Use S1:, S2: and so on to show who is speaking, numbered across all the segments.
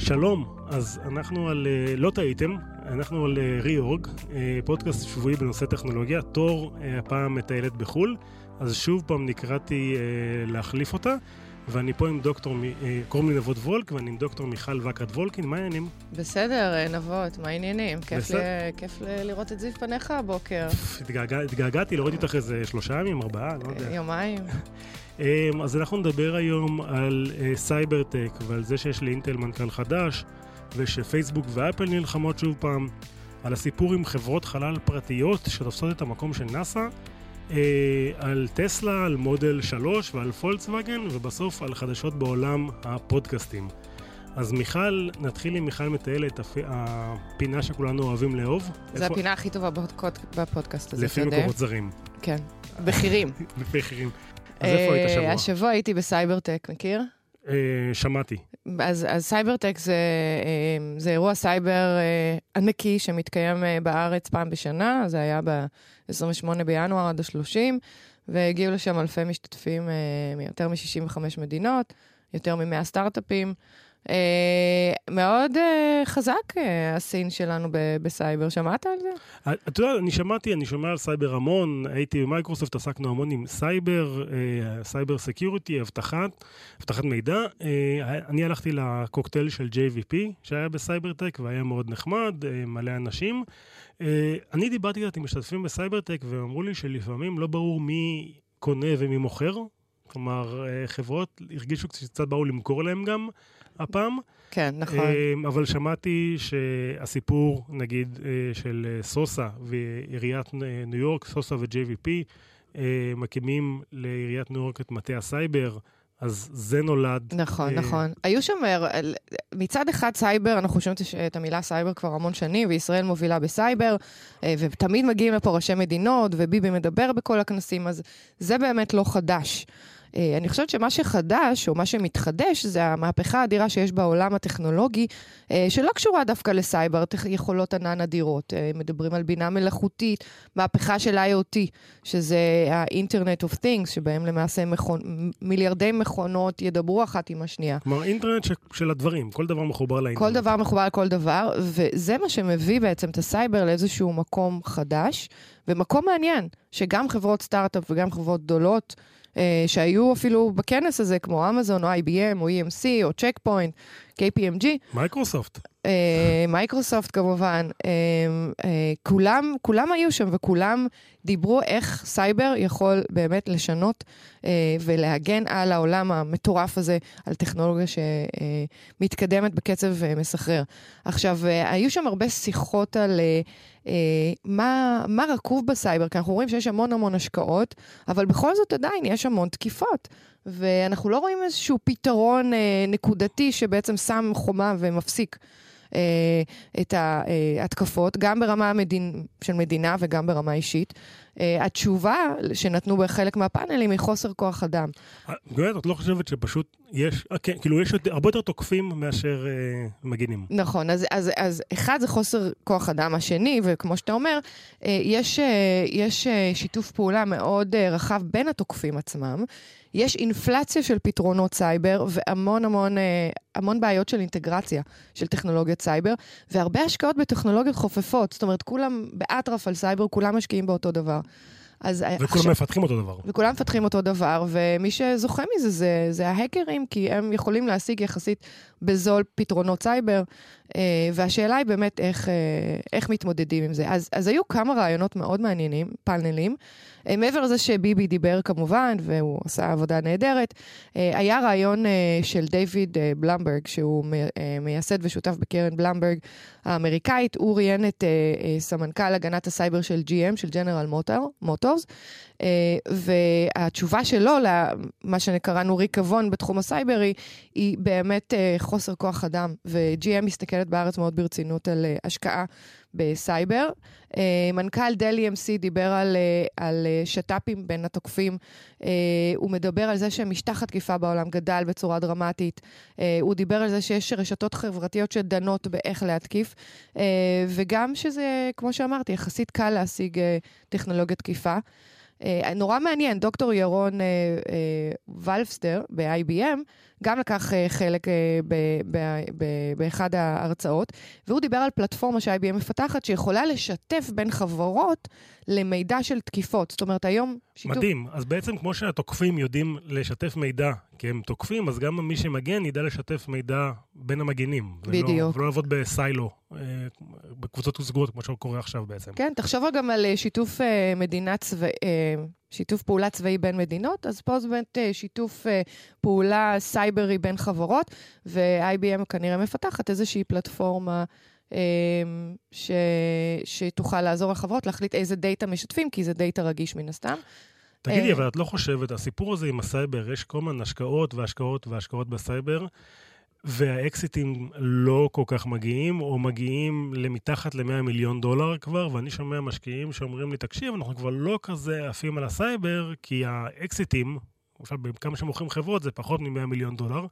S1: שלום, אז אנחנו על, לא טעיתם, אנחנו על ריאורג, פודקאסט שבועי בנושא טכנולוגיה, תור הפעם מטיילת בחול, אז שוב פעם נקראתי להחליף אותה, ואני פה עם דוקטור, קוראים לי נבות וולק, ואני עם דוקטור מיכל וקרת וולקין, מה העניינים?
S2: בסדר, נבות, מה העניינים? כיף לראות את זיו פניך הבוקר.
S1: התגעגעתי, לראות איתך איזה 3 ימים, 4, לא יודע.
S2: יומיים.
S1: אז אנחנו נדבר היום על סייברטק ועל זה שיש לאינטל מנכ"ל חדש ושפייסבוק ואפל נלחמות שוב פעם, על הסיפור עם חברות חלל פרטיות שתופסות את המקום של נאסא, על טסלה, על מודל 3 ועל פולקסווגן, ובסוף על חדשות בעולם הפודקאסטים. אז מיכל, נתחיל עם מיכל מטיילת, הפינה שכולנו אוהבים לאהוב.
S2: זה הפינה הכי טובה בפודקאסט הזה,
S1: לפי מקורות זרים.
S2: כן, בחירים.
S1: לפי חירים. אז איפה היית השבוע?
S2: השבוע הייתי בסייברטק, מכיר?
S1: שמעתי.
S2: אז סייברטק זה אירוע סייבר ענקי שמתקיים בארץ פעם בשנה, זה היה ב-28 בינואר עד ה-30, והגיעו לשם אלפי משתתפים מיותר מ-65 מדינות, יותר מ-100 סטארט-אפים. מאוד חזק הסין שלנו בסייבר, שמעת על זה?
S1: אתה יודע, אני שומע על סייבר המון, הייתי במייקרוסופט, עסקנו המון עם סייבר סקיוריטי, אבטחת מידע. אני הלכתי לקוקטייל של JVP, שהיה בסייברטק, והיה מאוד נחמד, מלא אנשים. אני דיברתי עם משתתפים בסייברטק, ואמרו לי שלפעמים לא ברור מי קונה ומי מוכר, כלומר, חברות הרגישו שקצת באו למכור להם גם הפעם.
S2: כן, נכון.
S1: אבל שמעתי שהסיפור, נגיד, של סוסה ועיריית ניו יורק, סוסה ו-JVP, מקימים לעיריית ניו יורק את מטה הסייבר, אז זה נולד.
S2: נכון, נכון. היו שם, מצד אחד סייבר, אנחנו שומעים את המילה סייבר כבר המון שנים, וישראל מובילה בסייבר, ותמיד מגיעים לפה ראשי מדינות, וביבי מדבר בכל הכנסים, אז זה באמת לא חדש. אני חושבת שמה שחדש, או מה שמתחדש, זה המהפכה האדירה שיש בעולם הטכנולוגי, שלא קשורה דווקא לסייבר, יכולות ענן אדירות. מדברים על בינה מלאכותית, מהפכה של IoT, שזה ה-Internet of Things, שבהם למעשה מיליארדי מכונות ידברו אחת עם השנייה.
S1: כלומר, אינטרנט של הדברים, כל דבר מחובר לאינטרנט.
S2: כל דבר מחובר לכל דבר, וזה מה שמביא בעצם את הסייבר לאיזשהו מקום חדש, ומקום מעניין, שגם חברות סטארט-אפ וגם חברות גדולות, שהיו אפילו בכנס הזה, כמו אמזון, או IBM, או EMC, או צ'ק פוינט, KPMG. מייקרוסופט כמובן. כולם היו שם, וכולם דיברו איך סייבר יכול באמת לשנות ולהגן על העולם המטורף הזה, על טכנולוגיה שמתקדמת בקצב מסחרר. עכשיו, היו שם הרבה שיחות על מה רקוב בסייבר, כי אנחנו רואים שיש המון השקעות, אבל בכל זאת עדיין יש המון תקיפות, ואנחנו לא רואים איזשהו פתרון נקודתי שבעצם שם חומה ומפסיק את ההתקפות, גם ברמה של מדינה וגם ברמה אישית. התשובה שנתנו בחלק מהפאנלים היא חוסר כוח אדם.
S1: באמת, את לא חושבת שפשוט יש, כאילו יש הרבה יותר תוקפים מאשר מגינים.
S2: נכון, אז אחד זה חוסר כוח אדם, השני, וכמו שאתה אומר, יש שיתוף פעולה מאוד רחב בין התוקפים עצמם, יש אינפלציה של פתרונות סייבר, והמון בעיות של אינטגרציה של טכנולוגיית סייבר, והרבה השקעות בטכנולוגיות חופפות, זאת אומרת, כולם באטרף על סייבר, כולם משקיעים באותו דבר.
S1: וכולם מפתחים אותו דבר.
S2: וכולם מפתחים אותו דבר, ומי שזוכה מזה זה ההקרים, כי הם יכולים להשיג יחסית בזול פתרונות סייבר, והשאלה היא באמת איך מתמודדים עם זה. אז היו כמה רעיונות מאוד מעניינים, פאנלים, מעבר לזה שביבי דיבר כמובן, והוא עשה עבודה נהדרת, היה רעיון של דיוויד בלמברג, שהוא מייסד ושותף בקרן בלמברג האמריקאית, הוא ראיין את סמנכ"ל הגנת הסייבר של GM, של ג'נרל מוטורס, והתשובה שלו למה שקראנו ריקבון בתחום הסייברי, היא באמת חוסר כוח אדם, ו-GM מסתכלת בארץ מאוד ברצינות על השקעה בסייבר. מנכ"ל דל EMC דיבר על שטאפים בין התוקפים, הוא מדבר על זה שמשטח התקיפה בעולם גדל בצורה דרמטית, הוא דיבר על זה שיש רשתות חברתיות שדנות באיך להתקיף, וגם שזה, כמו שאמרתי, יחסית קל להשיג טכנולוגיה תקיפה. נורא מעניין, דוקטור ירון ולפסטר ב-IBM, גם לקח חלק באחד ההרצאות, והוא דיבר על פלטפורמה ש-IBM מפתחת, שיכולה לשתף בין חברות למידע של תקיפות. זאת אומרת, היום שיתוף...
S1: מדהים. אז בעצם כמו שהתוקפים יודעים לשתף מידע, כי הם תוקפים, אז גם מי שמגן ידע לשתף מידע בין המגנים.
S2: בדיוק.
S1: ולא לעבוד בסיילו, בקבוצות סגורות, כמו שקורה עכשיו בעצם.
S2: כן, תחשוב גם על שיתוף שיתוף פעולה צבאי בין מדינות, אז פה זה באמת שיתוף פעולה סייברי בין חברות, ו-IBM כנראה מפתחת איזושהי פלטפורמה שתוכל לעזור לחברות להחליט איזה דאטה משתפים, כי זה דאטה רגיש מן הסתם.
S1: תגידי, אבל את לא חושבת, הסיפור הזה עם הסייבר, יש כל מיני השקעות והשקעות בסייבר, והאקסיטים לא כל כך מגיעים, או מגיעים למתחת ל$100 מיליון כבר, ואני שומע משקיעים שאומרים לי, תקשיב, אנחנו כבר לא כזה עפים על הסייבר, כי האקסיטים, בכמה שמוכרים חברות, זה פחות מ$100 מיליון,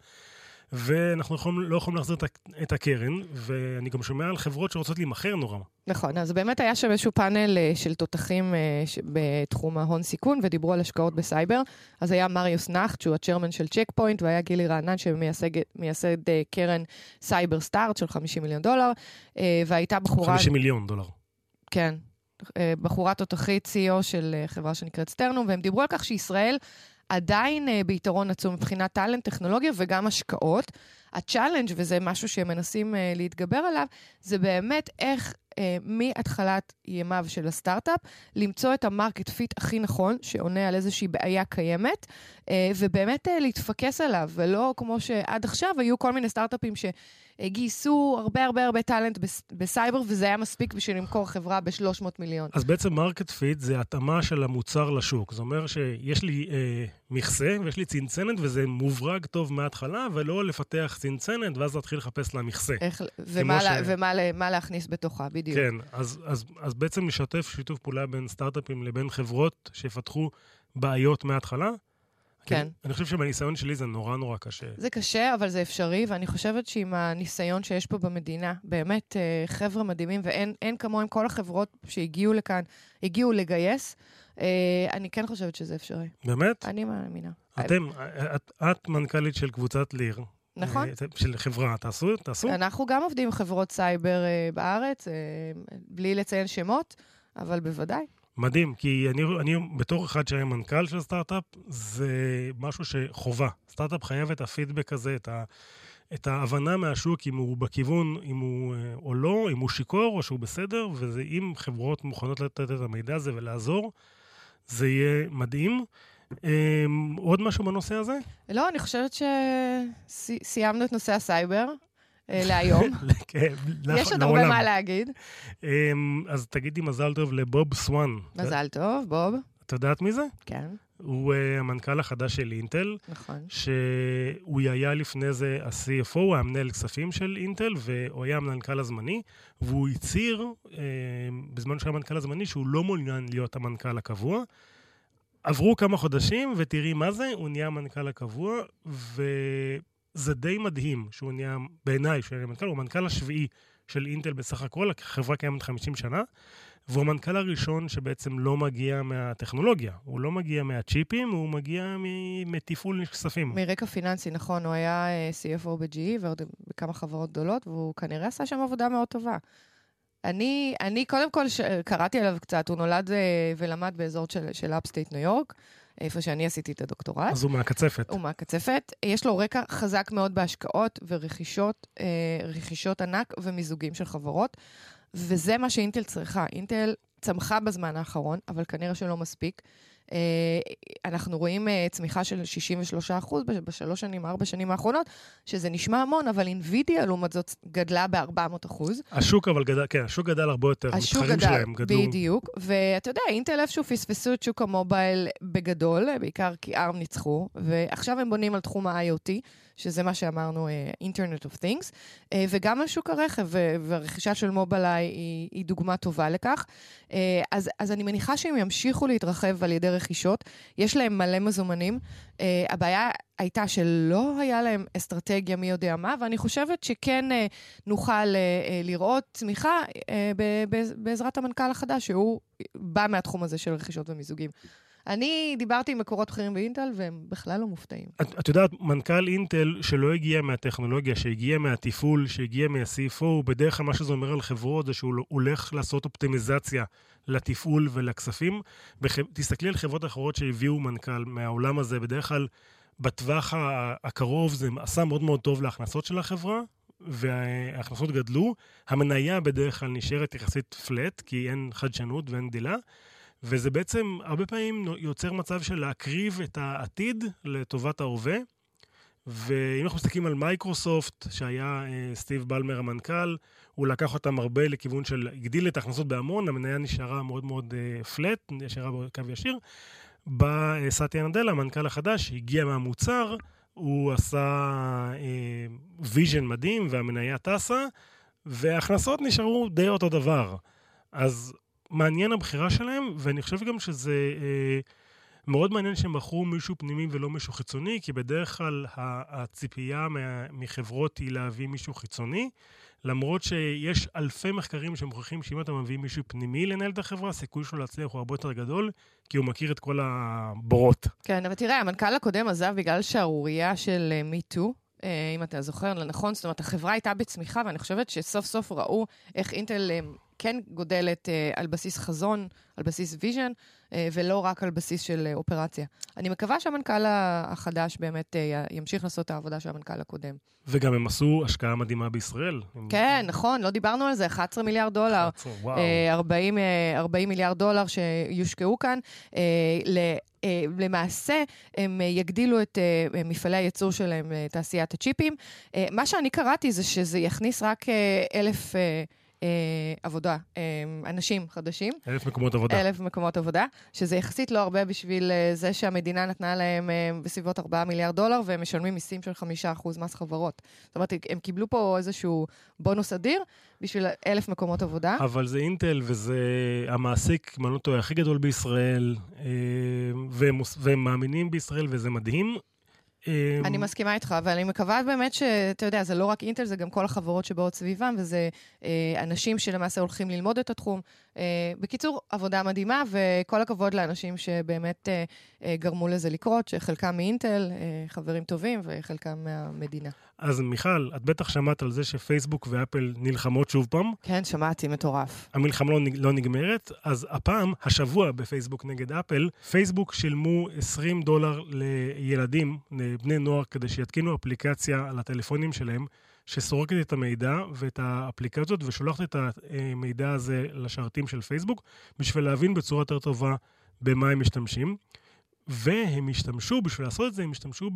S1: ואנחנו לא יכולים להחזיר את הקרן, ואני גם שומע על חברות שרוצות להימחר נורא.
S2: נכון, אז באמת היה שם איזשהו פאנל של תותחים בתחום ההון סיכון, ודיברו על השקעות בסייבר. אז היה מריוס נחט, שהוא הצ'רמן של צ'ק פוינט, והיה גילי רענן שמייסד קרן סייבר סטארט של $50 מיליון, והייתה בחורה...
S1: $50 מיליון.
S2: כן, בחורה תותחית CEO של חברה שנקראת סטרנום, והם דיברו על כך שישראל עדיין ביתרון עצום מבחינת טלנט, טכנולוגיה וגם השקעות. הצ'אלנג', וזה משהו שהם מנסים להתגבר עליו, זה באמת איך מהתחלת ימיו של הסטארט-אפ, למצוא את המרקט פיט הכי נכון, שעונה על איזושהי בעיה קיימת, ובאמת להתפקס עליו, ולא כמו שעד עכשיו היו כל מיני סטארט-אפים שגייסו הרבה טלנט בסייבר, וזה היה מספיק בשביל למכור חברה ב$300 מיליון.
S1: אז בעצם מרקט פיט זה התאמה של המוצר לשוק. זאת אומרת שיש לי מכסה, ויש לי צנצנת, וזה מוברג טוב מההתחלה, ולא לפתח צנצנת, ואז להתחיל לחפש לה מכסה.
S2: ומה להכניס בתוכה, בדיוק.
S1: כן, אז בעצם לשתף שיתוף פעולה בין סטארט-אפים לבין חברות שיפתחו בעיות מההתחלה.
S2: כן.
S1: אני חושב שבניסיון שלי זה נורא קשה.
S2: זה קשה, אבל זה אפשרי, ואני חושבת שעם הניסיון שיש פה במדינה, באמת חבר'ה מדהימים, ואין כמוהם כל החברות שהגיעו לכאן, הגיעו לגייס, אני כן חושבת שזה אפשרי.
S1: באמת?
S2: אני מאמינה.
S1: את מנכ"לית של קבוצת ליר.
S2: נכון.
S1: של חברה, תעשו?
S2: אנחנו גם עובדים עם חברות סייבר בארץ, בלי לציין שמות, אבל בוודאי.
S1: מדהים, כי אני בתור אחד שהיה מנכ"ל של סטארט-אפ, זה משהו שחובה. סטארט-אפ חייב את הפידבק הזה, את ההבנה מהשוק, אם הוא בכיוון, אם הוא או לא, אם הוא שיקור או שהוא בסדר, וזה אם חברות מוכנות לתת את המידע הזה ולעזור, זה יהיה מדהים. עוד משהו בנושא הזה?
S2: לא, אני חושבת שסיימנו את נושא הסייבר להיום. יש עוד הרבה מה להגיד.
S1: אז תגידי מזל טוב לבוב סואן.
S2: מזל טוב, בוב.
S1: את יודעת מי זה?
S2: כן.
S1: הוא המנכ"ל החדש של אינטל.
S2: נכון.
S1: שהוא היה לפני זה ה-CFO, הוא המנהל כספים של אינטל, והוא היה המנכ"ל הזמני, והוא הצהיר בזמן שהוא המנכ"ל הזמני, שהוא לא מעוניין להיות המנכ"ל הקבוע. עברו כמה חודשים, ותראי מה זה, הוא נהיה המנכ"ל הקבוע, וזה די מדהים שהוא נהיה, בעיניי, שהוא נהיה המנכ"ל, הוא המנכ"ל השביעי של אינטל בסך הכל, החברה קיימת 50 שנה, והוא המנכ"ל הראשון שבעצם לא מגיע מהטכנולוגיה, הוא לא מגיע מהצ'יפים, הוא מגיע מתפעול כספים.
S2: מרקע פיננסי, נכון, הוא היה CFO ב-GE ועוד בכמה חברות גדולות, והוא כנראה עשה שם עבודה מאוד טובה. אני קודם כל קראתי עליו קצת, הוא נולד ולמד באזור של אפסטייט ניו יורק, איפה שאני עשיתי את הדוקטורט.
S1: אז הוא מהקצפת.
S2: הוא מהקצפת. יש לו רקע חזק מאוד בהשקעות ורכישות ענק ומיזוגים של חברות, וזה מה שאינטל צריכה. אינטל צמחה בזמן האחרון, אבל כנראה שלא מספיק. אנחנו רואים צמיחה של 63% ב4 שנים האחרונות, שזה נשמע המון, אבל אינווידיה לעומת זאת גדלה ב400%.
S1: השוק אבל גדל, כן, השוק גדל הרבה יותר.
S2: השוק גדל, בדיוק. ואתה יודע, אינטל איפשהו פספסו את שוק המובייל בגדול, בעיקר כי ARM ניצחו, ועכשיו הם בונים על תחום ה-IoT, שזה מה שאמרנו, Internet of Things, וגם על שוק הרכב, והרכישה של מובילאיי היא דוגמה טובה לכך. אז אני מניחה שהם ימשיכו להתרחב על ידי רכישות, יש להם מלא מזומנים, הבעיה הייתה שלא היה להם אסטרטגיה מי יודע מה, ואני חושבת שכן נוכל לראות צמיחה בעזרת המנכ"ל החדש, שהוא בא מהתחום הזה של רכישות ומיזוגים. אני דיברתי עם מקורות בכירים באינטל, והם בכלל לא מופתעים.
S1: את יודעת, מנכ"ל אינטל שלא הגיע מהטכנולוגיה, שהגיע מהטיפול, שהגיע מה-CFO, בדרך כלל מה שזה אומר על חברות, זה שהוא הולך לעשות אופטימיזציה לתפעול ולכספים. תסתכלי על חברות אחרות שהביאו מנכ"ל מהעולם הזה, בדרך כלל בטווח הקרוב זה עשה מאוד מאוד טוב להכנסות של החברה, וההכנסות גדלו. המניה בדרך כלל נשארת יחסית פלט, כי אין חדשנות ואין גדילה. וזה בעצם הרבה פעמים יוצר מצב של להקריב את העתיד לטובת ההווה. ואם אנחנו מסתכלים על מייקרוסופט, שהיה סטיב בלמר המנכ"ל, הוא לקח אותם הרבה לכיוון של הגדיל את ההכנסות בהמון, המניה נשארה מאוד מאוד פלט, נשארה בקו ישיר. בסאטיה נדלה, המנכ"ל החדש, הגיע מהמוצר, הוא עשה ויז'ן מדהים והמניה טסה, וההכנסות נשארו די אותו דבר. אז מעניין הבחירה שלהם, ואני חושב גם שזה מאוד מעניין שהם בחרו מישהו פנימי ולא מישהו חיצוני, כי בדרך כלל הציפייה מחברות היא להביא מישהו חיצוני, למרות שיש אלפי מחקרים שמוכיחים שאם אתה מביא מישהו פנימי לנהל את החברה, הסיכוי שלו להצליח הוא הרבה יותר גדול, כי הוא מכיר את כל הבורות.
S2: כן, אבל תראה, המנכ"ל הקודם עזב בגלל שערורייה של MeToo, אם אתה זוכר לנכון, זאת אומרת, החברה הייתה בצמיחה, ואני חושבת שסוף סוף ראו איך אינטל כן גודלת על בסיס חזון, על בסיס ויז'ן, ולא רק על בסיס של אופרציה. אני מקווה שהמנכ"ל החדש באמת ימשיך לעשות את העבודה של המנכ"ל הקודם.
S1: וגם הם עשו השקעה מדהימה בישראל.
S2: כן, נכון, לא דיברנו על זה, 11 מיליארד דולר, 40 מיליארד דולר שיושקעו כאן. למעשה, הם יגדילו את מפעלי הייצור שלהם לתעשיית הצ'יפים. מה שאני קראתי זה שזה יכניס רק 1,000 עבודה, אנשים חדשים.
S1: 1,000 מקומות עבודה.
S2: 1,000 מקומות עבודה, שזה יחסית לא הרבה בשביל זה שהמדינה נתנה להם בסביבות 4 מיליארד דולר, והם משלמים מיסים של 5% מס חברות. זאת אומרת, הם קיבלו פה איזשהו בונוס אדיר בשביל 1,000 מקומות עבודה.
S1: אבל זה אינטל, וזה המעסיק, אם אני לא טועה, הכי גדול בישראל, והם מאמינים בישראל, וזה מדהים.
S2: אני מסכימה איתך, אבל אני מקווה באמת שאתה יודע, זה לא רק אינטל, זה גם כל החברות שבאות סביבם, וזה אנשים שלמעשה הולכים ללמוד את התחום. בקיצור, עבודה מדהימה, וכל הכבוד לאנשים שבאמת גרמו לזה לקרות, שחלקם מאינטל, חברים טובים, וחלקם מהמדינה.
S1: אז מיכל, את בטח שמעת על זה שפייסבוק ואפל נלחמות שוב פעם.
S2: כן, שמעתי, מטורף.
S1: המלחמה לא נגמרת, אז הפעם, השבוע בפייסבוק נגד אפל, פייסבוק שילמו $20 לילדים, לבני נוער, כדי שיתקינו אפליקציה על הטלפונים שלהם, שסורקת את המידע ואת האפליקציות, ושולחת את המידע הזה לשרתים של פייסבוק, בשביל להבין בצורה יותר טובה במה הם משתמשים. והם השתמשו, בשביל לעשות את זה, הם השתמשו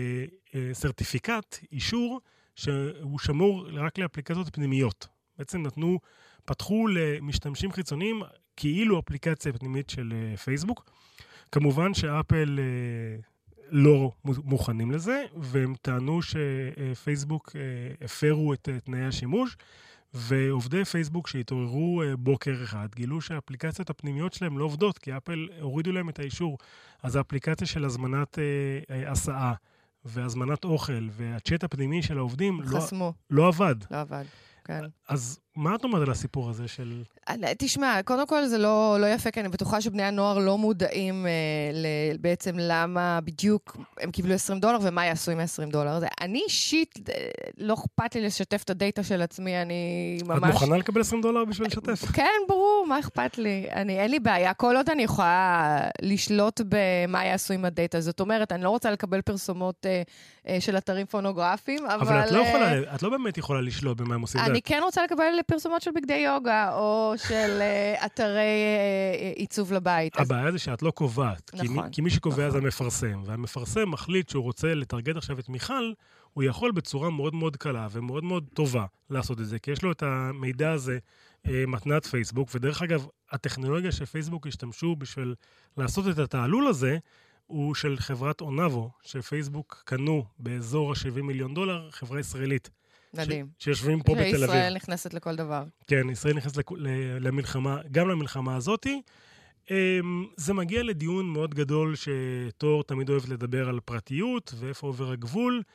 S1: בסרטיפיקט, אישור, שהוא שמור רק לאפליקציות פנימיות. בעצם פתחו למשתמשים חיצוניים, כאילו אפליקציה פנימית של פייסבוק. כמובן שאפל לא מוכנים לזה, והם טענו שפייסבוק הפרו את תנאי השימוש, ועובדי פייסבוק שהתעוררו בוקר אחד, גילו שהאפליקציות הפנימיות שלהם לא עובדות, כי אפל הורידו להם את האישור. אז האפליקציה של הזמנת הסעה, והזמנת אוכל, והצ'אט הפנימי של העובדים לא עבד.
S2: לא עבד, כן.
S1: אז מה את אומרת על הסיפור הזה של...
S2: תשמע, קודם כל זה לא יפה, כי אני בטוחה שבני הנוער לא מודעים בעצם למה בדיוק הם קיבלו $20 ומה יעשו עם $20. אני אישית, לא אכפת לי לשתף את הדאטה של עצמי, אני ממש...
S1: את מוכנה לקבל $20 בשביל לשתף?
S2: כן, ברור, מה אכפת לי? אין לי בעיה, כל עוד אני יכולה לשלוט במה יעשו עם הדאטה. זאת אומרת, אני לא רוצה לקבל פרסומות של אתרים פונוגרפיים, אבל...
S1: את לא באמת יכולה לשלוט במה הם עושים.
S2: אני כן רוצה לקבל פרסומות של בגדי יוגה, או של אתרי עיצוב לבית.
S1: הבעיה זה שאת לא קובעת,
S2: נכון,
S1: כי מי שקובע זה המפרסם, והמפרסם מחליט שהוא רוצה לטרגט עכשיו את מיכל, הוא יכול בצורה מאוד מאוד קלה ומאוד מאוד טובה לעשות את זה, כי יש לו את המידע הזה, מתנת פייסבוק, ודרך אגב, הטכנולוגיה שפייסבוק השתמשו בשביל לעשות את התעלול הזה, הוא של חברת אונבו, שפייסבוק קנו באזור $70 מיליון, חברה ישראלית.
S2: מדהים.
S1: שיושבים פה בתל אביב.
S2: שישראל נכנסת לכל דבר.
S1: כן, ישראל נכנסת למלחמה, גם למלחמה הזאת. זה מגיע לדיון מאוד גדול שתור תמיד אוהב לדבר על פרטיות ואיפה עובר הגבול.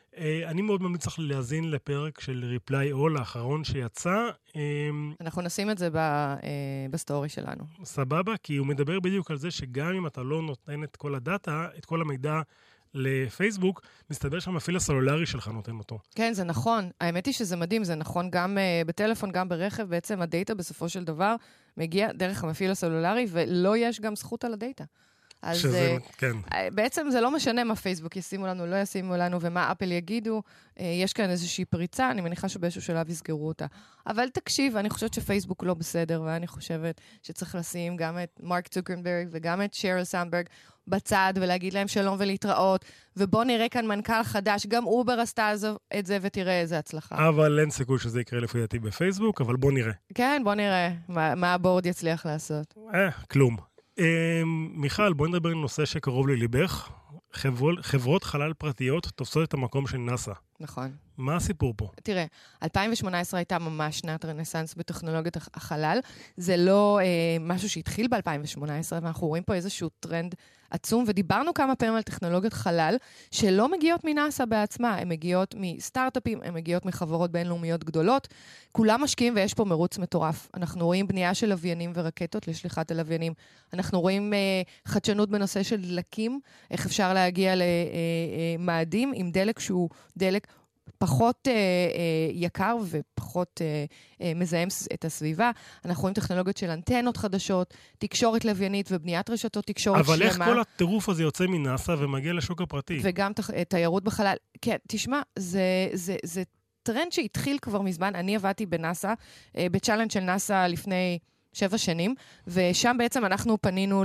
S1: אני מאוד ממליץ לך להאזין לפרק של Reply All האחרון שיצא.
S2: אנחנו נשים את זה בסטורי שלנו.
S1: סבבה, כי הוא מדבר בדיוק על זה שגם אם אתה לא נותן את כל הדאטה, את כל המידע לפייסבוק, מסתבר שהמפעיל הסלולרי שלך נותן אותו.
S2: כן, זה נכון. האמת היא שזה מדהים, זה נכון גם בטלפון, גם ברכב. בעצם הדאטה בסופו של דבר מגיע דרך המפעיל הסלולרי, ולא יש גם זכות על הדאטה. אז
S1: שזה, כן.
S2: בעצם זה לא משנה מה פייסבוק ישימו לנו, לא ישימו לנו, ומה אפל יגידו. יש כאן איזושהי פריצה, אני מניחה שבאיזשהו שלב יסגרו אותה. אבל תקשיב, אני חושבת שפייסבוק לא בסדר, ואני חושבת שצריך לשים גם את מרק צוקרברג וגם את שריל סנדברג בצד, ולהגיד להם שלום ולהתראות, ובוא נראה כאן מנכ"ל חדש, גם אובר עשתה את זה, ותראה איזה הצלחה.
S1: אבל אין סיכוי שזה יקרה לפי דעתי בפייסבוק, אבל בוא נראה.
S2: כן, בוא נראה מה הבורד יצליח לעשות.
S1: כלום. מיכל, בואי נדבר על נושא שקרוב לליבך. חברות חלל פרטיות תופסות את המקום של נאסא.
S2: נכון.
S1: מה הסיפור פה?
S2: תראה, 2018 הייתה ממש שנת רנסנס בטכנולוגיות החלל. זה לא משהו שהתחיל ב-2018, ואנחנו רואים פה איזשהו טרנד עצום, ודיברנו כמה פעמים על טכנולוגיות חלל, שלא מגיעות מנאסא בעצמה, הן מגיעות מסטארט-אפים, הן מגיעות מחברות בינלאומיות גדולות. כולם משקיעים ויש פה מרוץ מטורף. אנחנו רואים בנייה של לוויינים ורקטות לשליחת הלוויינים. אנחנו רואים חדשנות בנושא של דלקים, איך אפשר להגיע למאדים עם דלק שהוא דלק פחות יקר ופחות מזהם את הסביבה. אנחנו רואים טכנולוגיות של אנטנות חדשות, תקשורת לוויינית ובניית רשתות תקשורת שלמה.
S1: אבל איך כל הטירוף הזה יוצא מנאסא ומגיע לשוק הפרטי?
S2: וגם תיירות בחלל. כן, תשמע, זה טרנד שהתחיל כבר מזמן. אני עבדתי בנאסא, בצ'אלנג' של נאסא לפני 7 שנים, ושם בעצם אנחנו פנינו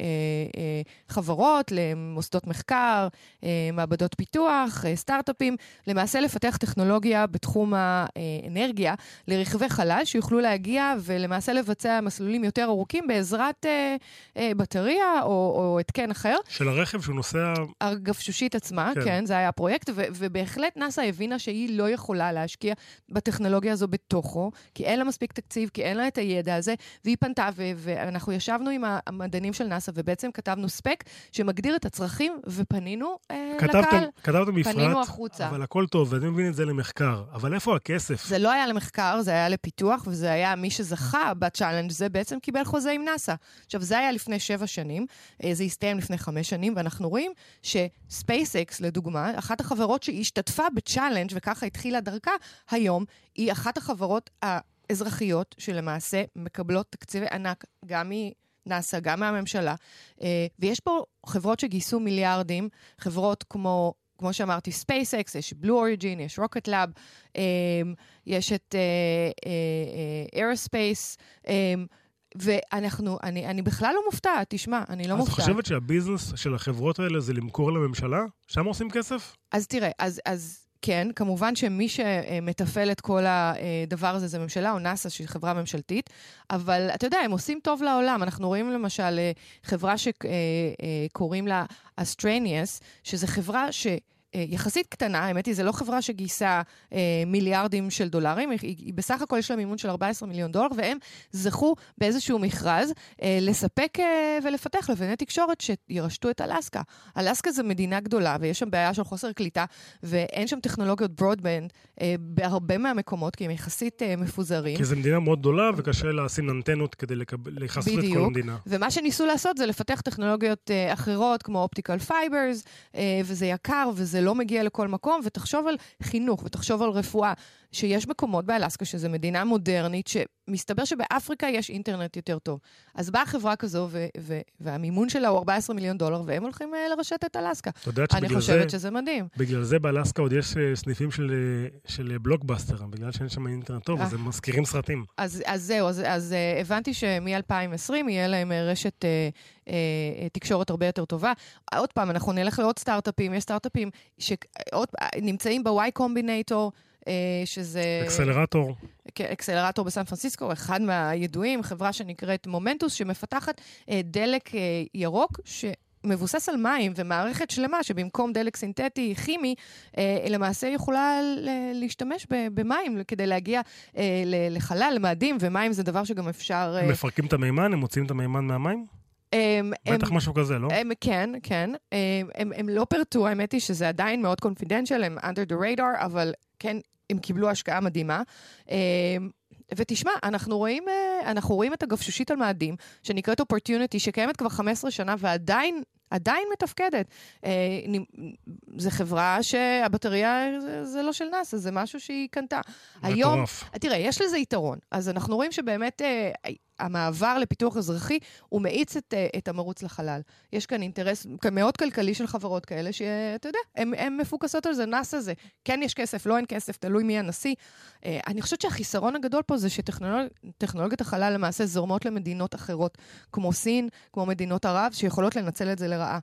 S2: לחברות, למוסדות מחקר, מעבדות פיתוח, סטארט-אפים, למעשה לפתח טכנולוגיה בתחום האנרגיה, לרכבי חלל שיוכלו להגיע ולמעשה לבצע מסלולים יותר ארוכים בעזרת בטריה או התקן אחר.
S1: של הרכב שהוא נוסע...
S2: הגפשושית עצמה, כן, זה היה הפרויקט, ובהחלט נאסא הבינה שהיא לא יכולה להשקיע בטכנולוגיה הזו בתוכו, כי אין לה מספיק תקציב, כי אין לה את הידע הזה, והיא פנתה, ואנחנו ישבנו עם המדענים של נאסא, ובעצם כתבנו ספק שמגדיר את הצרכים, ופנינו לקהל.
S1: כתבתם
S2: פנינו
S1: מפרט,
S2: החוצה.
S1: אבל הכל טוב, ואני מבין את זה למחקר. אבל איפה הכסף?
S2: זה לא היה למחקר, זה היה לפיתוח, וזה היה מי שזכה בצ'אלנג' זה בעצם קיבל חוזה עם נאסא. עכשיו, זה היה לפני 7 שנים, זה הסתיים לפני 5 שנים, ואנחנו רואים ש-SpaceX, לדוגמה, אחת החברות שהשתתפה בצ'אלנג' וככה התחילה דרכה, היום היא אחת החברות אזרחיות שלמעשה מקבלות תקציבי ענק גם מנאסא, גם מהממשלה, ויש פה חברות שגייסו מיליארדים, חברות כמו שאמרתי, SpaceX, יש Blue Origin, יש Rocket Lab, יש את Aerospace, ואני בכלל לא מופתעת, תשמע, אני לא מופתעת.
S1: אז את חושבת שהביזנס של החברות האלה זה למכור לממשלה? שם עושים כסף?
S2: אז תראה, אז כן, כמובן שמי שמטפל את כל הדבר הזה זה ממשלה או נאסא, שהיא חברה ממשלתית, אבל אתה יודע, הם עושים טוב לעולם. אנחנו רואים למשל חברה שקוראים לה Astranius, שזו חברה יחסית קטנה, האמת היא, זה לא חברה שגייסה מיליארדים של דולרים, היא בסך הכל יש לה מימון של $14 מיליון, והם זכו באיזשהו מכרז לספק ולפתח לווייני תקשורת שירשתו את אלסקה. אלסקה זה מדינה גדולה, ויש שם בעיה של חוסר קליטה, ואין שם טכנולוגיות ברודבנד בהרבה מהמקומות, כי הם יחסית מפוזרים. כי
S1: זו מדינה מאוד גדולה, וקשה לשים אנטנות כדי לחשוף את כל המדינה.
S2: ומה שניסו לעשות זה לפתח טכנולוגיות אחרות, כמו אופטיקל פייברס, וזה יקר, וזה לא מגיע לכל מקום, ותחשוב על חינוך, ותחשוב על רפואה, שיש מקומות באלסקה, שזו מדינה מודרנית, שמסתבר שבאפריקה יש אינטרנט יותר טוב. אז באה חברה כזו, והמימון שלה הוא $14 מיליון, והם הולכים לרשת את אלסקה. אני חושבת שזה מדהים.
S1: בגלל זה באלסקה עוד יש סניפים של בלוקבאסטר, בגלל שאין שם אינטרנט טוב, אז הם מזכירים סרטים.
S2: אז זהו, אז הבנתי שמ-2020 יהיה להם רשת תקשורת הרבה יותר טובה. עוד פעם, אנחנו נלך לעוד סטארט-אפים, יש סטארט-אפים שנמצאים ב-Y Combinator, שזה... אקסלרטור בסן פרנסיסקו, אחד מהידועים, חברה שנקראת מומנטוס, שמפתחת דלק ירוק, מבוסס על מים ומערכת שלמה שבמקום דלק סינתטי כימי, למעשה יכולה להשתמש במים כדי להגיע לחלל, למאדים, ומים זה דבר שגם אפשר...
S1: הם מפרקים את המימן? הם מוצאים את המימן מהמים? בטח משהו כזה, לא?
S2: כן, כן. הם לא פרטו, האמת היא שזה עדיין מאוד confidential, הם under the radar, אבל כן, הם קיבלו השקעה מדהימה. ותשמע, אנחנו רואים את הגפשושית על מאדים, שנקראת opportunity, שקיימת כבר 15 שנה, ועדיין מתפקדת. זו חברה שהבטריה זה לא של נאס"א, זה משהו שהיא קנתה. היום, תראה, יש לזה יתרון. אז אנחנו רואים שבאמת המעבר לפיתוח אזרחי, הוא מאיץ את המרוץ לחלל. יש כאן אינטרס מאוד כלכלי של חברות כאלה, שאתה יודע, הן מפוקסות על זה, נאס"א זה. כן יש כסף, לא אין כסף, תלוי מי הנשיא. אני חושבת שהחיסרון הגדול פה זה שטכנולוגיות החלל למעשה זורמות למדינות אחרות, כמו סין, כמו מדינות ערב, שיכולות לנצל את זה לרעה.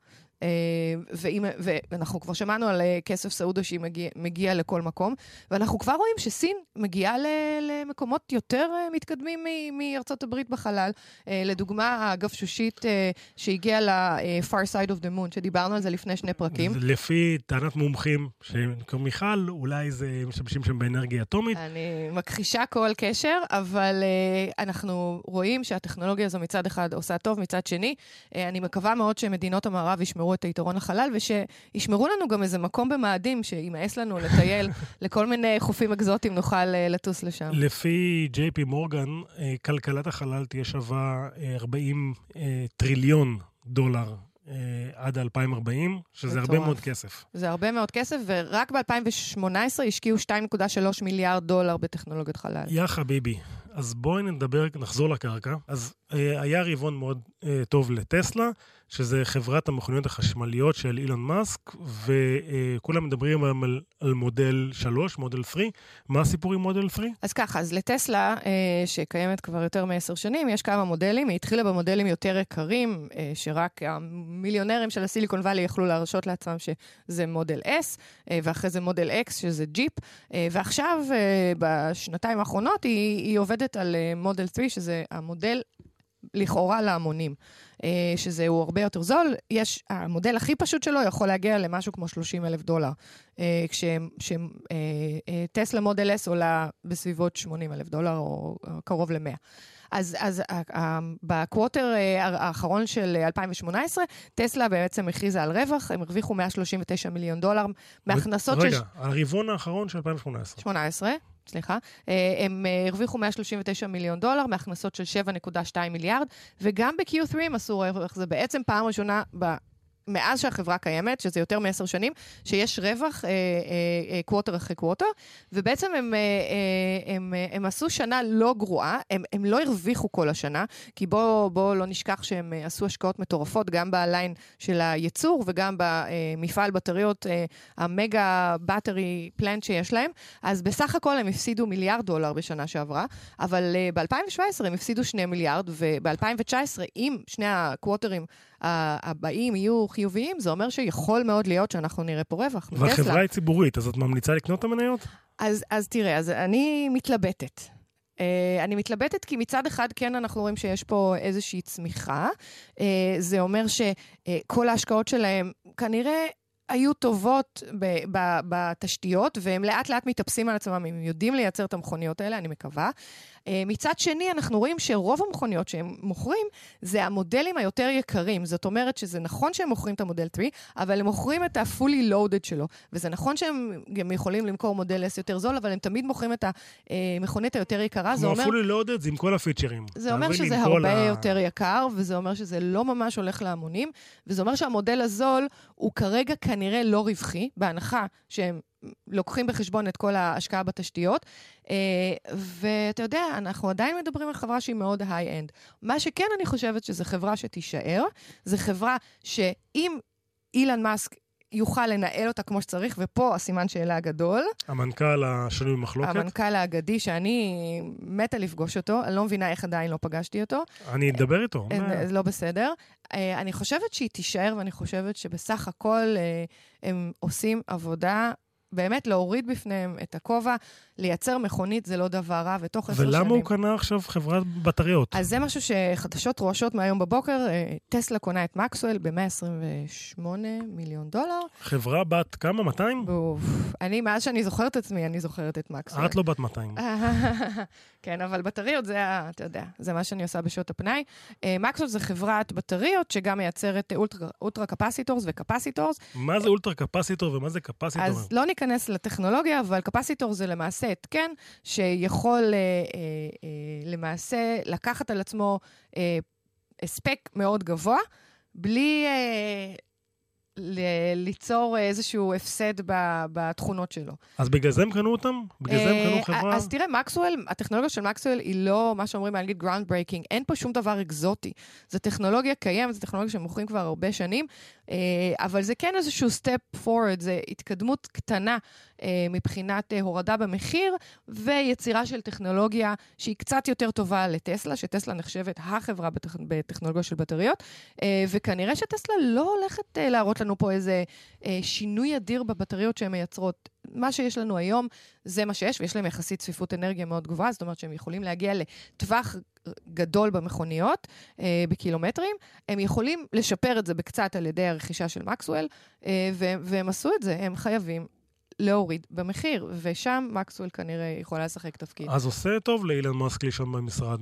S2: ואנחנו כבר שמענו על כסף סעודה שהיא מגיעה לכל מקום, ואנחנו כבר רואים שסין מגיעה למקומות יותר מתקדמים מארצות הברית בחלל. לדוגמה, הגפשושית שהגיעה ל-Far Side of the Moon, שדיברנו על זה לפני 2 פרקים.
S1: לפי טענת מומחים, מיכל, אולי זה משתמשים שם באנרגיה אטומית.
S2: אני מכחישה כל קשר, אבל אנחנו רואים שהטכנולוגיה הזו מצד אחד עושה טוב, מצד שני, אני מקווה מאוד שמדינות המערב ישמרו את היתרון לחלל, ושישמרו לנו גם איזה מקום במאדים, שימאס לנו לטייל לכל מיני חופים אקזוטיים, נוכל לטוס לשם.
S1: לפי ג'יי פי מורגן, כלכלת החלל תהיה שווה 40 טריליון דולר עד 2040, שזה הרבה מאוד כסף.
S2: זה הרבה מאוד כסף, ורק ב-2018 השקיעו 2.3 מיליארד דולר בטכנולוגיות חלל.
S1: יא חביבי, אז בואי נחזור לקרקע. אז היה רבעון מאוד טוב לטסלה, שזה חברת המכוניות החשמליות של אילון מאסק, וכולם מדברים על מודל 3, מודל 3. מה הסיפור עם מודל 3?
S2: אז ככה, אז לטסלה, שקיימת כבר יותר מ10 שנים, יש כמה מודלים, היא התחילה במודלים יותר יקרים, שרק המיליונרים של הסיליקון ואלי יכלו להרשות לעצמם שזה מודל S, ואחרי זה מודל X, שזה ג'יפ, ועכשיו, בשנתיים האחרונות, היא עובדת על מודל 3, שזה המודל לכאורה להמונים, שזה הוא הרבה יותר זול. המודל הכי פשוט שלו יכול להגיע למשהו כמו $30,000, כשטסלה מודל S עולה בסביבות $80,000 או קרוב ל-100. אז בקווטר האחרון של 2018, טסלה בעצם הכריזה על רווח, הם הרוויחו $139 מיליון מהכנסות
S1: רגע, הרבעון האחרון של 2018.
S2: סליחה, הם הרוויחו $139 מיליון מהכנסות של 7.2 מיליארד, וגם ב-Q3 הם עשו רווח. זה בעצם פעם ראשונה מאז שהחברה קיימת, שזה יותר מ10 שנים, שיש רווח קווטר אחרי קווטר, ובעצם הם עשו שנה לא גרועה, הם לא הרוויחו כל השנה, כי בואו לא נשכח שהם עשו השקעות מטורפות, גם בליין של הייצור, וגם במפעל בטריות, המגה בטרי פלנט שיש להם, אז בסך הכל הם הפסידו $1 מיליארד בשנה שעברה, אבל ב-2017 הם הפסידו 2 מיליארד, וב-2019, אם שני הקווטרים הבאים יהיו חיוביים, זה אומר שיכול מאוד להיות שאנחנו נראה פה רווח.
S1: והחברה היא ציבורית, אז את ממליצה לקנות את המניות?
S2: אז תראה, אז אני מתלבטת. אני מתלבטת כי מצד אחד כן אנחנו רואים שיש פה איזושהי צמיחה. זה אומר שכל ההשקעות שלהם כנראה היו טובות בתשתיות, והם לאט לאט מתאפסים על עצמם, הם יודעים לייצר את המכוניות האלה, אני מקווה. מצד שני, אנחנו רואים שרוב המכוניות שהם מוכרים, זה המודלים היותר יקרים. זאת אומרת שזה נכון שהם מוכרים את המודל 3, אבל הם מוכרים את ה-fully loaded שלו. וזה נכון שהם גם יכולים למכור מודל S יותר זול, אבל הם תמיד מוכרים את המכונית היותר יקרה.
S1: כמו ה-fully loaded זה עם כל הפיצ'רים.
S2: זה אומר שזה הרבה יותר יקר, וזה אומר שזה לא ממש הולך להמונים, וזה אומר שהמודל הזול הוא כרגע כנראה לא רווחי, בהנחה שהם לוקחים בחשבון את כל ההשקעה בתשתיות, ואתה יודע, אנחנו עדיין מדברים על חברה שהיא מאוד היי-אנד. מה שכן אני חושבת שזה חברה שתישאר, זה חברה שאם אילון מאסק יוכל לנהל אותה כמו שצריך, ופה הסימן שאלה הגדול.
S1: המנכ"ל השנוי במחלוקת.
S2: המנכ"ל האגדי, שאני מתה לפגוש אותו, אני לא מבינה איך עדיין לא פגשתי אותו.
S1: אני אדבר איתו.
S2: לא בסדר. אני חושבת שהיא תישאר, ואני חושבת שבסך הכל הם עושים עבודה באמת להוריד בפניהם את הכובע, לייצר מכונית זה לא דבר רע, ותוך 10 שנים...
S1: ולמה הוא קנה עכשיו חברת בטריות?
S2: אז זה משהו שחדשות רועשות מהיום בבוקר, טסלה קונה את מקסואל ב$128 מיליון.
S1: חברה בת כמה? 200?
S2: אני, מאז שאני זוכרת את עצמי, אני זוכרת את מקסואל.
S1: את לא בת 200.
S2: כן, אבל בטריות זה, אתה יודע, זה מה שאני עושה בשעות הפנאי. מקסואל זה חברת בטריות שגם מייצרת אולטרה קפסיטורס וקפסיטורס.
S1: מה זה אולטרה קפסיטור ומה זה קפסיטור?
S2: אז לא ניכנס לטכנולוגיה, אבל קפסיטור זה למעשה התקן שיכול למעשה לקחת על עצמו הספק מאוד גבוה, בלי ליצור איזשהו הפסד בתכונות שלו.
S1: אז בגלל זה הם קנו אותם? בגלל זה הם קנו חברה?
S2: אז תראה, מקסואל, הטכנולוגיה של מקסואל היא לא מה שאומרים באנגלית ground breaking, אין פה שום דבר אקזוטי. זו טכנולוגיה קיימת, זו טכנולוגיה שמוכרים כבר הרבה שנים, אבל זה כן איזשהו step forward, זה התקדמות קטנה מבחינת הורדה במחיר, ויצירה של טכנולוגיה שהיא קצת יותר טובה לטסלה, שטסלה נחשבת החברה בטכנולוגיה של בטריות, וכנראה שטסלה לא הולכת להראות לנו פה איזה שינוי אדיר בבטריות שהן מייצרות. מה שיש לנו היום זה מה שיש, ויש להם יחסית צפיפות אנרגיה מאוד גבוהה, זאת אומרת שהם יכולים להגיע לטווח גדול במכוניות, בקילומטרים. הם יכולים לשפר את זה בקצת על ידי הרכישה של מקסואל, והם עשו את זה, הם חייבים להוריד במחיר, ושם מקסואל כנראה יכולה לשחק תפקיד.
S1: אז עושה טוב לאילן מאסק לישון במשרד.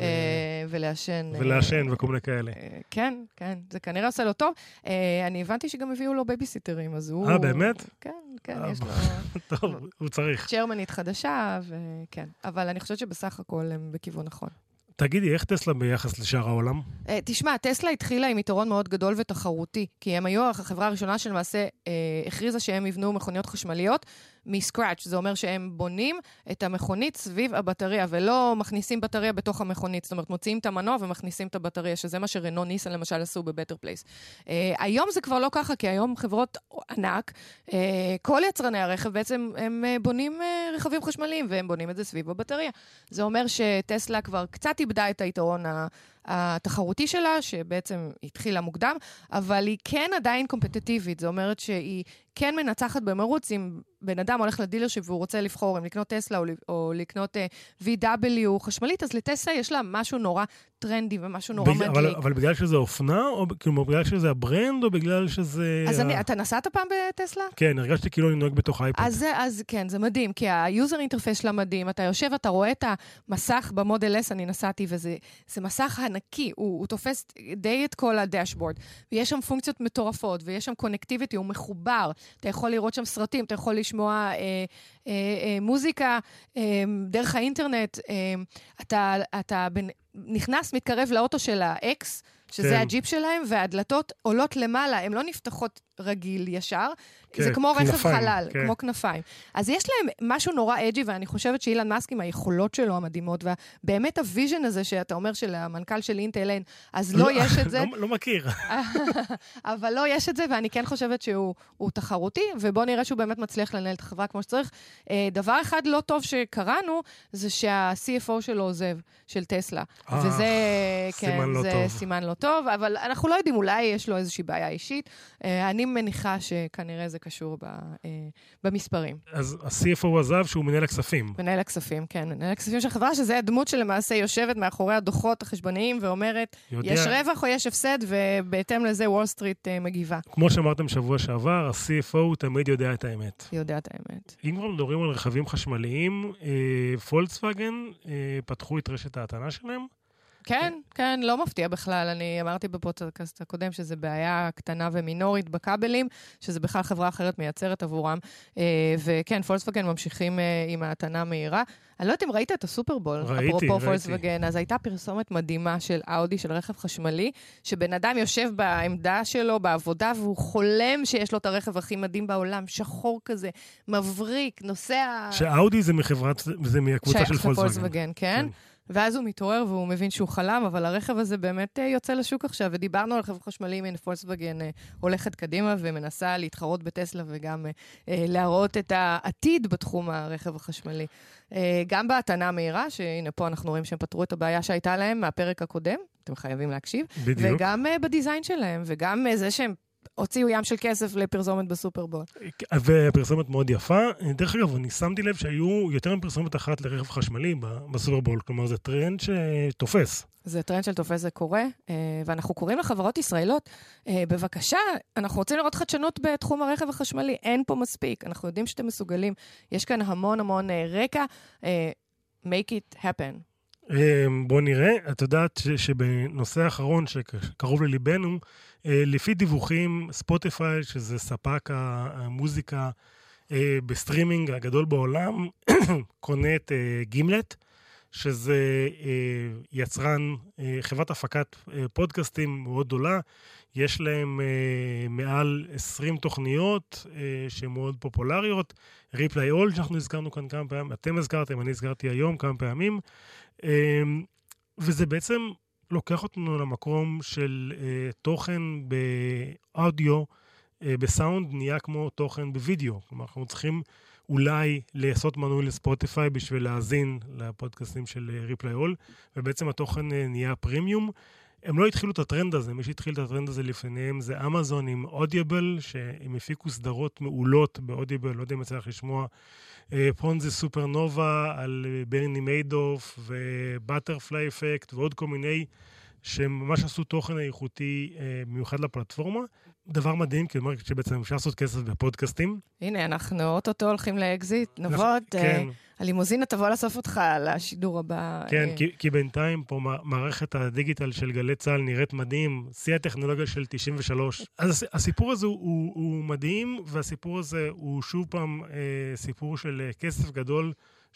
S2: ולעשן.
S1: ולעשן וכל מיני כאלה.
S2: כן, כן, זה כנראה עושה לו טוב. אני הבנתי שגם הביאו לו בייביסיטרים, אז הוא...
S1: באמת?
S2: כן, כן, יש לו...
S1: טוב, הוא צריך.
S2: צ'רמנית חדשה, וכן. אבל אני חושבת שבסך הכל הם בכיוון נכון.
S1: תגידי, איך טסלה ביחס לשאר העולם?
S2: תשמע, טסלה התחילה עם יתרון מאוד גדול ותחרותי, כי הם היו החברה הראשונה שלמעשה הכריזה שהם יבנו מכוניות חשמליות מסקראץ'. זה אומר שהם בונים את המכונית סביב הבטריה, ולא מכניסים בטריה בתוך המכונית. זאת אומרת, מוציאים את המנוע ומכניסים את הבטריה, שזה מה שרנו ניסן למשל עשו בבטר פלייס. היום זה כבר לא ככה, כי היום חברות ענק, כל יצרני הרכב בעצם הם בונים רכבים חשמליים, והם בונים את זה סביב הבטריה. זה אומר שטסלה כבר קצת איבדה את היתרון התחרותי שלה, שבעצם התחילה מוקדם, אבל היא כן עדיין קומפטטיבית. זה אומרת שהיא כן מנצחת במרוץ, אם בן אדם הולך לדילרשיפ והוא רוצה לבחור אם לקנות טסלה או לקנות VW חשמלית, אז לטסלה יש לה משהו נורא טרנדי ומשהו נורא מדליק.
S1: אבל בגלל שזה אופנה, או בגלל שזה הברנד, או בגלל שזה...
S2: אז אתה נסעת פעם בטסלה?
S1: כן, הרגשתי כאילו אני נוהג בתוך אייפוד.
S2: אז כן, זה מדהים, כי היוזר אינטרפייס שלה מדהים, אתה יושב, אתה רואה את המסך במודל S, אני נסעתי, וזה מסך ענקי, הוא תופס די את כל הדשבורד, ויש שם פונקציות מטורפות, ויש שם קונקטיביטי, הוא מחובר, אתה יכול לראות שם סרטים, אתה יכול לשמוע מוזיקה דרך האינטרנט, אתה נכנס, מתקרב לאוטו של ה-X, שזה הג'יפ שלהם, והדלתות עולות למעלה, הן לא נפתחות רגיל ישר, זה כמו רכב חלל, כמו כנפיים. אז יש להם משהו נורא אג'י, ואני חושבת שאילן מאסק עם היכולות שלו המדהימות, ובאמת הוויז'ן הזה שאתה אומר של המנכ"ל של אינטל אין, אז לא יש את זה.
S1: לא מכיר.
S2: אבל לא יש את זה, ואני כן חושבת שהוא תחרותי, ובוא נראה שהוא באמת מצליח לנהל את החברה כמו שצריך. דבר אחד לא טוב שקראנו, זה שה-CFO שלו עוזב, של טסלה. וזה, כן, זה סימן לא טוב, אבל אנחנו לא יודעים, אולי יש לו איזושהי בעיה אישית. אני מניחה שכנראה זה קשור במספרים.
S1: אז ה-CFO עזב שהוא מנהל הכספים.
S2: מנהל הכספים, כן. מנהל הכספים של החברה, שזה הדמות שלמעשה יושבת מאחורי הדוחות החשבוניים ואומרת, יש רווח או יש הפסד, ובהתאם לזה וול סטריט מגיבה.
S1: כמו שאמרתם שבוע שעבר, ה-CFO תמיד יודע את האמת.
S2: יודע את האמת.
S1: אם כבר מדברים על רכבים חשמליים, פולקסווגן פתחו את רשת ההטענה שלהם.
S2: כן, כן, לא מפתיע בכלל. אני אמרתי בפודקאסט הקודם שזה בעיה קטנה ומינורית בכבלים, שזה בכלל חברה אחרת מייצרת עבורם. וכן, פולקסווגן ממשיכים עם ההטענה מהירה. אני לא יודעת אם ראית את הסופרבול, אפרופו פולקסווגן, אז הייתה פרסומת מדהימה של אאודי, של רכב חשמלי, שבן אדם יושב בעמדה שלו, בעבודה, והוא חולם שיש לו את הרכב הכי מדהים בעולם, שחור כזה, מבריק, נוסע...
S1: שאאודי זה מחברת, זה מהקבוצה של פולקסווגן.
S2: כן. ואז הוא מתעורר והוא מבין שהוא חלם, אבל הרכב הזה באמת יוצא לשוק עכשיו, ודיברנו על רכב חשמלי, מן פולקסווגן הולכת קדימה ומנסה להתחרות בטסלה, וגם להראות את העתיד בתחום הרכב החשמלי. גם בהטענה המהירה, שהנה פה אנחנו רואים שהם פתרו את הבעיה שהייתה להם מהפרק הקודם, אתם חייבים להקשיב,
S1: בדיוק.
S2: וגם בדיזיין שלהם, וגם זה שהם הוציאו ים של כסף לפרסומת בסופרבול.
S1: ופרסומת מאוד יפה. דרך אגב, אני שמתי לב שהיו יותר מפרסומת אחת לרכב חשמלי בסופרבול, כלומר זה טרנד שתופס.
S2: זה טרנד של תופס, זה קורה, ואנחנו קוראים לחברות ישראלות, בבקשה, אנחנו רוצים לראות חדשנות בתחום הרכב החשמלי, אין פה מספיק, אנחנו יודעים שאתם מסוגלים, יש כאן המון המון רקע, make it happen.
S1: בוא נראה, את יודעת שבנושא האחרון שקרוב לליבנו, לפי דיווחים, ספוטיפיי, שזה ספק המוזיקה בסטרימינג הגדול בעולם, קונה את גימלט, שזה יצרן, חברת הפקת פודקאסטים מאוד גדולה, יש להם מעל 20 תוכניות שהן מאוד פופולריות, ריפליי אול שאנחנו הזכרנו כאן כמה פעמים, אתם הזכרתם, אני הזכרתי היום כמה פעמים, וזה בעצם לוקח אותנו למקום של תוכן באודיו, בסאונד נהיה כמו תוכן בווידאו, כלומר אנחנו צריכים אולי לעשות מנוי לספוטיפיי בשביל להאזין לפודקאסטים של ריפליי אול, ובעצם התוכן נהיה פרימיום. הם לא התחילו את הטרנד הזה, מי שהתחיל את הטרנד הזה לפניהם זה אמזון עם אודיבל, שהם הפיקו סדרות מעולות באודיבל, לא יודע אם צריך לשמוע, פונזי סופרנובה על ברני מיידוף ובטרפליי אפקט ועוד כל מיני שממש עשו תוכן איכותי מיוחד לפלטפורמה. דבר מדהים, כי אומר שבעצם אפשר לעשות כסף בפודקאסטים.
S2: הנה, אנחנו אוטוטו הולכים לאקזיט, נבוד,
S1: כן.
S2: הלימוזינה תבוא לאסוף אותך לשידור הבא.
S1: כן, כי בינתיים פה מערכת הדיגיטל של גלי צהל נראית מדהים, שיא הטכנולוגיה של 93. אז הסיפור הזה הוא מדהים, והסיפור הזה הוא שוב פעם סיפור של כסף גדול,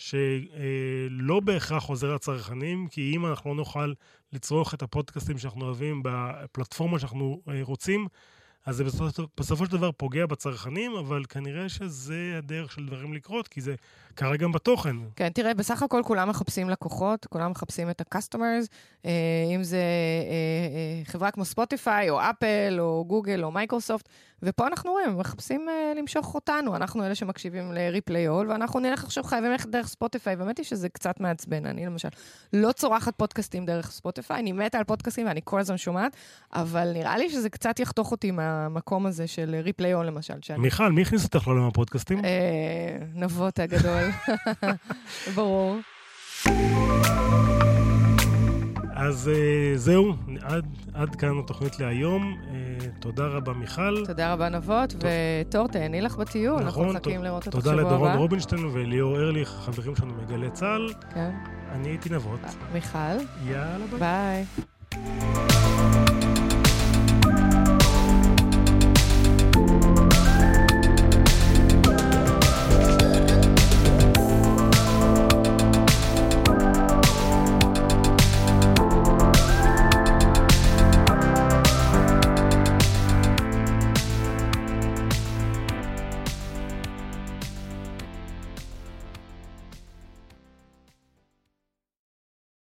S1: שלא בהכרח חוזר לצרכנים, כי אם אנחנו לא נוכל לצרוך את הפודקאסטים שאנחנו אוהבים בפלטפורמה שאנחנו רוצים, אז זה בסופו של דבר פוגע בצרכנים, אבל כנראה שזה הדרך של דברים לקרות, כי זה קרה גם בתוכן.
S2: כן, תראה, בסך הכל כולם מחפשים לקוחות, כולם מחפשים את ה-customers, אם זה חברה כמו ספוטיפיי, או אפל, או גוגל, או מייקרוסופט, ופה אנחנו רואים, מחפשים למשוך אותנו, אנחנו אלה שמקשיבים לריפליי אול, ואנחנו נלך עכשיו חייבים ללכת דרך ספוטיפיי, באמת היא שזה קצת מעצבן, אני למשל לא צורחת פודקאסטים דרך ספוטיפיי, אני מתה על פודקאסטים ואני כל הזמן שומעת, אבל נראה לי שזה קצת יחתוך אותי מהמקום הזה של ריפליי אול למשל.
S1: מיכל, מי הכניס אותך לעולם הפודקאסטים?
S2: נבות הגדול. ברור.
S1: אז זהו, עד כאן התוכנית להיום. תודה רבה מיכל.
S2: תודה רבה נבות, ותור תהני לך בטיול. אנחנו מחכים לראות אותך שבוע הבא.
S1: תודה לדורון רובינשטיין וליאור ארליך, חברים שלנו מגלי צהל.
S2: כן.
S1: אני הייתי נבות.
S2: מיכל.
S1: יאללה ביי.
S2: ביי.